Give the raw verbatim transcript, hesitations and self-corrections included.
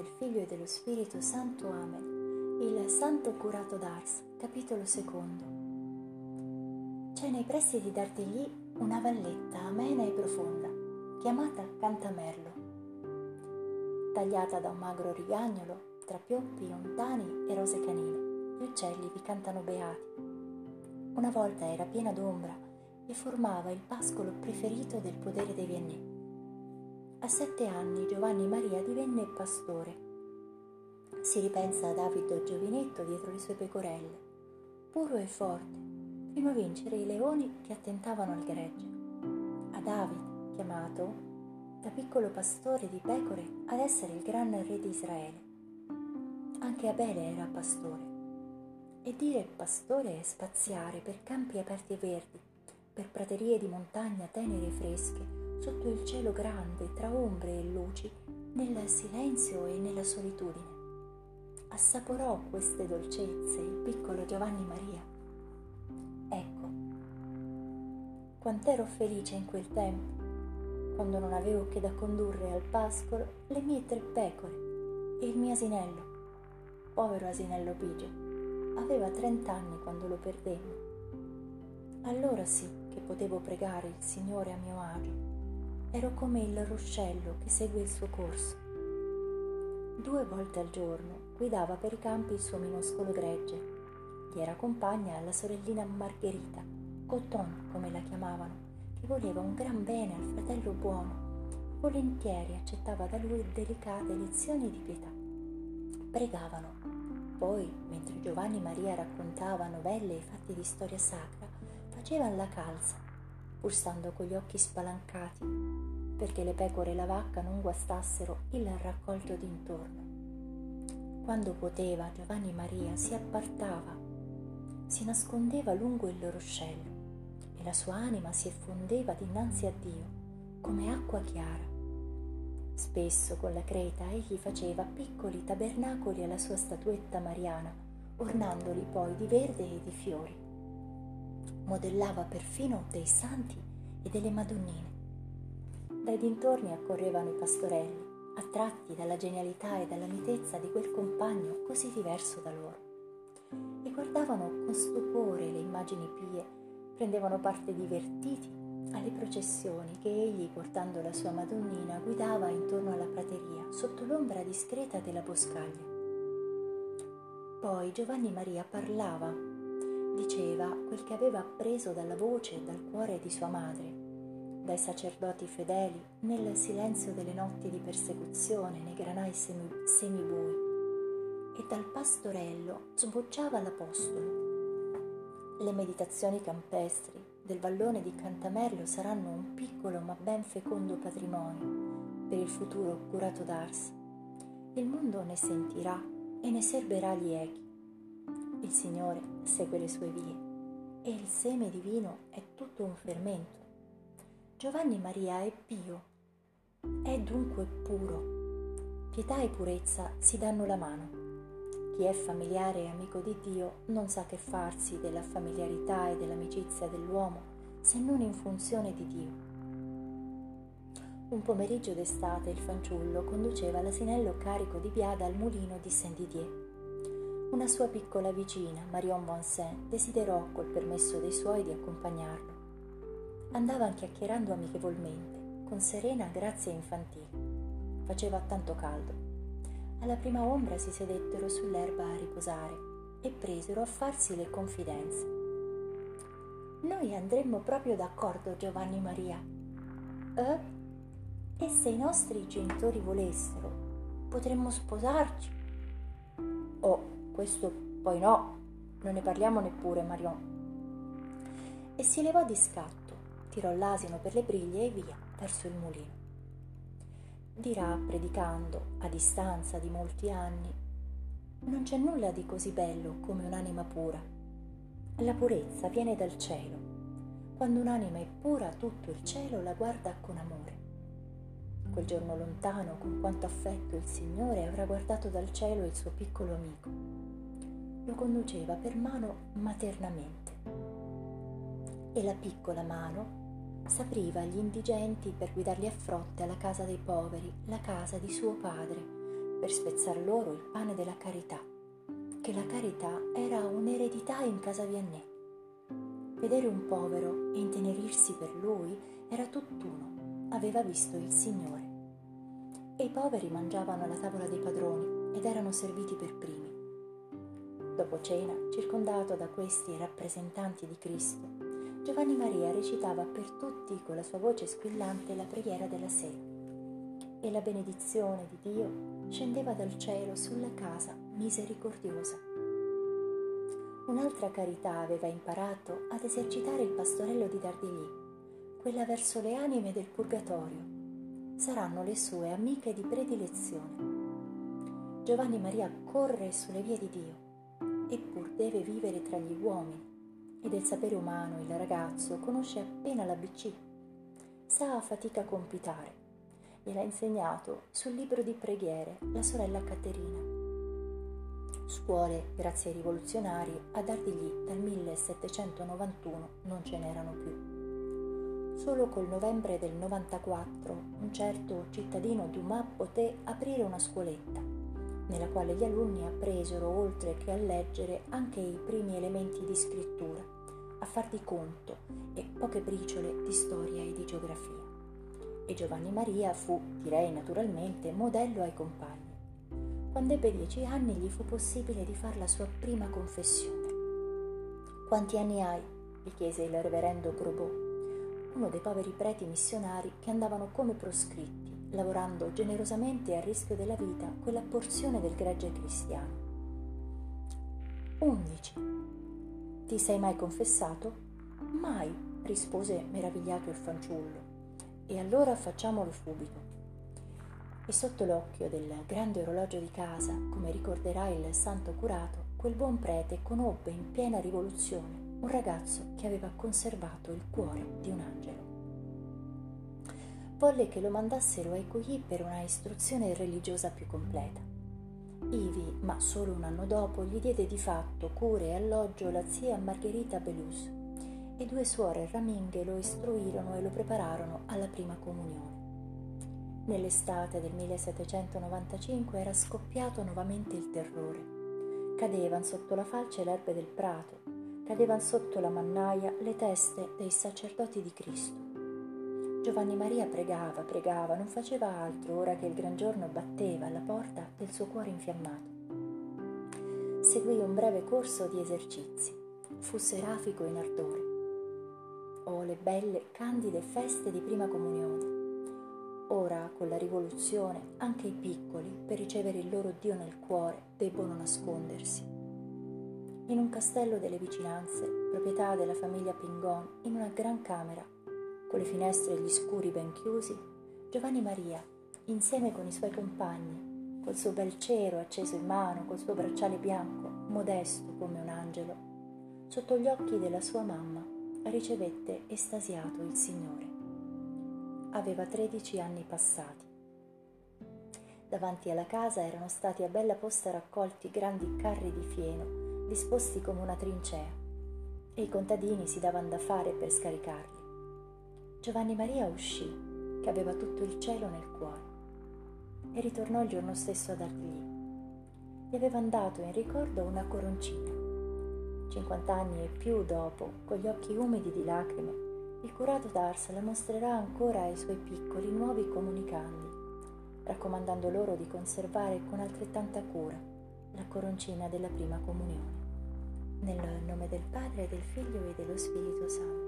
del Figlio e dello Spirito Santo. Amen. Il Santo Curato d'Ars, capitolo secondo. C'è nei pressi di Dardilly una valletta amena e profonda, chiamata Cantamerlo, tagliata da un magro rigagnolo, tra pioppi, ontani e rose canine. Gli uccelli vi cantano beati. Una volta era piena d'ombra e formava il pascolo preferito del podere dei Vianney. A sette anni Giovanni Maria divenne pastore. Si ripensa a Davido giovinetto dietro le sue pecorelle, puro e forte, fino a vincere i leoni che attentavano al gregge. A David, chiamato, da piccolo pastore di pecore, ad essere il gran re di Israele. Anche Abele era pastore. E dire pastore è spaziare per campi aperti e verdi, per praterie di montagna tenere e fresche, sotto il cielo grande, tra ombre e luci, nel silenzio e nella solitudine. Assaporò queste dolcezze il piccolo Giovanni Maria. Ecco, quant'ero felice in quel tempo, quando non avevo che da condurre al pascolo le mie tre pecore e il mio asinello. Povero asinello Bigio, aveva trent'anni quando lo perdemmo. Allora sì che potevo pregare il Signore a mio agio. Ero come il ruscello che segue il suo corso. Due volte al giorno guidava per i campi il suo minuscolo gregge. Gli era compagna la sorellina Margherita, Coton come la chiamavano, che voleva un gran bene al fratello buono. Volentieri accettava da lui delicate lezioni di pietà. Pregavano. Poi, mentre Giovanni Maria raccontava novelle e fatti di storia sacra, facevano la calza, pur stando con gli occhi spalancati, perché le pecore e la vacca non guastassero il raccolto d'intorno. Quando poteva, Giovanni Maria si appartava, si nascondeva lungo il ruscello e la sua anima si effondeva dinanzi a Dio come acqua chiara. Spesso con la creta egli faceva piccoli tabernacoli alla sua statuetta mariana, ornandoli poi di verde e di fiori. Modellava perfino dei santi e delle madonnine. Dai dintorni accorrevano i pastorelli, attratti dalla genialità e dalla mitezza di quel compagno così diverso da loro, e guardavano con stupore le immagini pie, prendevano parte divertiti alle processioni che egli, portando la sua madonnina, guidava intorno alla prateria, sotto l'ombra discreta della boscaglia. Poi Giovanni Maria parlava, diceva quel che aveva appreso dalla voce e dal cuore di sua madre, dai sacerdoti fedeli nel silenzio delle notti di persecuzione nei granai semi, semibui, e dal pastorello sbocciava l'apostolo. Le meditazioni campestri del vallone di Cantamerlo saranno un piccolo ma ben fecondo patrimonio per il futuro Curato d'Ars. Il mondo ne sentirà e ne serberà gli echi. Il Signore segue le sue vie e il seme divino è tutto un fermento. Giovanni Maria è pio, è dunque puro. Pietà e purezza si danno la mano. Chi è familiare e amico di Dio non sa che farsi della familiarità e dell'amicizia dell'uomo se non in funzione di Dio. Un pomeriggio d'estate il fanciullo conduceva l'asinello carico di biada al mulino di Saint-Didier. Una sua piccola vicina, Marion Bonsaint, desiderò, col permesso dei suoi, di accompagnarlo. Andavano chiacchierando amichevolmente, con serena grazia infantile. Faceva tanto caldo. Alla prima ombra si sedettero sull'erba a riposare e presero a farsi le confidenze. «Noi andremmo proprio d'accordo, Giovanni Maria. Eh? E se i nostri genitori volessero, potremmo sposarci?» «Oh, questo poi no, non ne parliamo neppure, Marion». E si levò di scatto, tirò l'asino per le briglie e via verso il mulino. Dirà, predicando, a distanza di molti anni, non c'è nulla di così bello come un'anima pura. La purezza viene dal cielo. Quando un'anima è pura, tutto il cielo la guarda con amore. Quel giorno lontano, con quanto affetto il Signore avrà guardato dal cielo il suo piccolo amico. Lo conduceva per mano maternamente. E la piccola mano s'apriva agli indigenti per guidarli a frotte alla casa dei poveri, la casa di suo padre, per spezzar loro il pane della carità, che la carità era un'eredità in casa Vianney. Vedere un povero e intenerirsi per lui era tutt'uno, aveva visto il Signore. E i poveri mangiavano alla tavola dei padroni ed erano serviti per primi. Dopo cena, circondato da questi rappresentanti di Cristo, Giovanni Maria recitava per tutti con la sua voce squillante la preghiera della sera, e la benedizione di Dio scendeva dal cielo sulla casa misericordiosa. Un'altra carità aveva imparato ad esercitare il pastorello di Dardilly, quella verso le anime del purgatorio. Saranno le sue amiche di predilezione. Giovanni Maria corre sulle vie di Dio, eppur deve vivere tra gli uomini, e del sapere umano il ragazzo conosce appena l'A B C. Sa a fatica compitare. Gliel'ha insegnato sul libro di preghiere la sorella Caterina. Scuole, grazie ai rivoluzionari, a Dardilly dal millesettecentonovantuno non ce n'erano più. Solo col novembre del novantaquattro un certo cittadino Dumas poté aprire una scuoletta, nella quale gli alunni appresero, oltre che a leggere, anche i primi elementi di scrittura, a far di conto e poche briciole di storia e di geografia. E Giovanni Maria fu, direi naturalmente, modello ai compagni. Quando ebbe dieci anni gli fu possibile di far la sua prima confessione. «Quanti anni hai?» gli chiese il reverendo Grobot, uno dei poveri preti missionari che andavano come proscritti, lavorando generosamente a rischio della vita quella porzione del gregge cristiano. Undici. Ti sei mai confessato? Mai, rispose meravigliato il fanciullo. E allora facciamolo subito. E sotto l'occhio del grande orologio di casa, come ricorderà il santo curato, quel buon prete conobbe in piena rivoluzione un ragazzo che aveva conservato il cuore di un angelo. Volle che lo mandassero ai Couilly per una istruzione religiosa più completa. Ivi, ma solo un anno dopo, gli diede di fatto cure e alloggio la zia Margherita Belus, e due suore raminghe lo istruirono e lo prepararono alla prima comunione. Nell'estate del millesettecentonovantacinque era scoppiato nuovamente il terrore. Cadevan sotto la falce le erbe del prato, cadevan sotto la mannaia le teste dei sacerdoti di Cristo. Giovanni Maria pregava, pregava, non faceva altro ora che il gran giorno batteva alla porta del suo cuore infiammato. Seguì un breve corso di esercizi, fu serafico in ardore. Oh, le belle, candide feste di prima comunione! Ora, con la rivoluzione, anche i piccoli, per ricevere il loro Dio nel cuore, debbono nascondersi. In un castello delle vicinanze, proprietà della famiglia Pingon, in una gran camera, con le finestre e gli scuri ben chiusi, Giovanni Maria, insieme con i suoi compagni, col suo bel cero acceso in mano, col suo bracciale bianco, modesto come un angelo, sotto gli occhi della sua mamma, ricevette estasiato il Signore. Aveva tredici anni passati. Davanti alla casa erano stati a bella posta raccolti grandi carri di fieno, disposti come una trincea, e i contadini si davano da fare per scaricarli. Giovanni Maria uscì, che aveva tutto il cielo nel cuore, e ritornò il giorno stesso ad Dardilly. Gli avevano dato in ricordo una coroncina. Cinquant'anni e più dopo, con gli occhi umidi di lacrime, il curato d'Ars la mostrerà ancora ai suoi piccoli nuovi comunicandi, raccomandando loro di conservare con altrettanta cura la coroncina della prima comunione. Nel nome del Padre, del Figlio e dello Spirito Santo.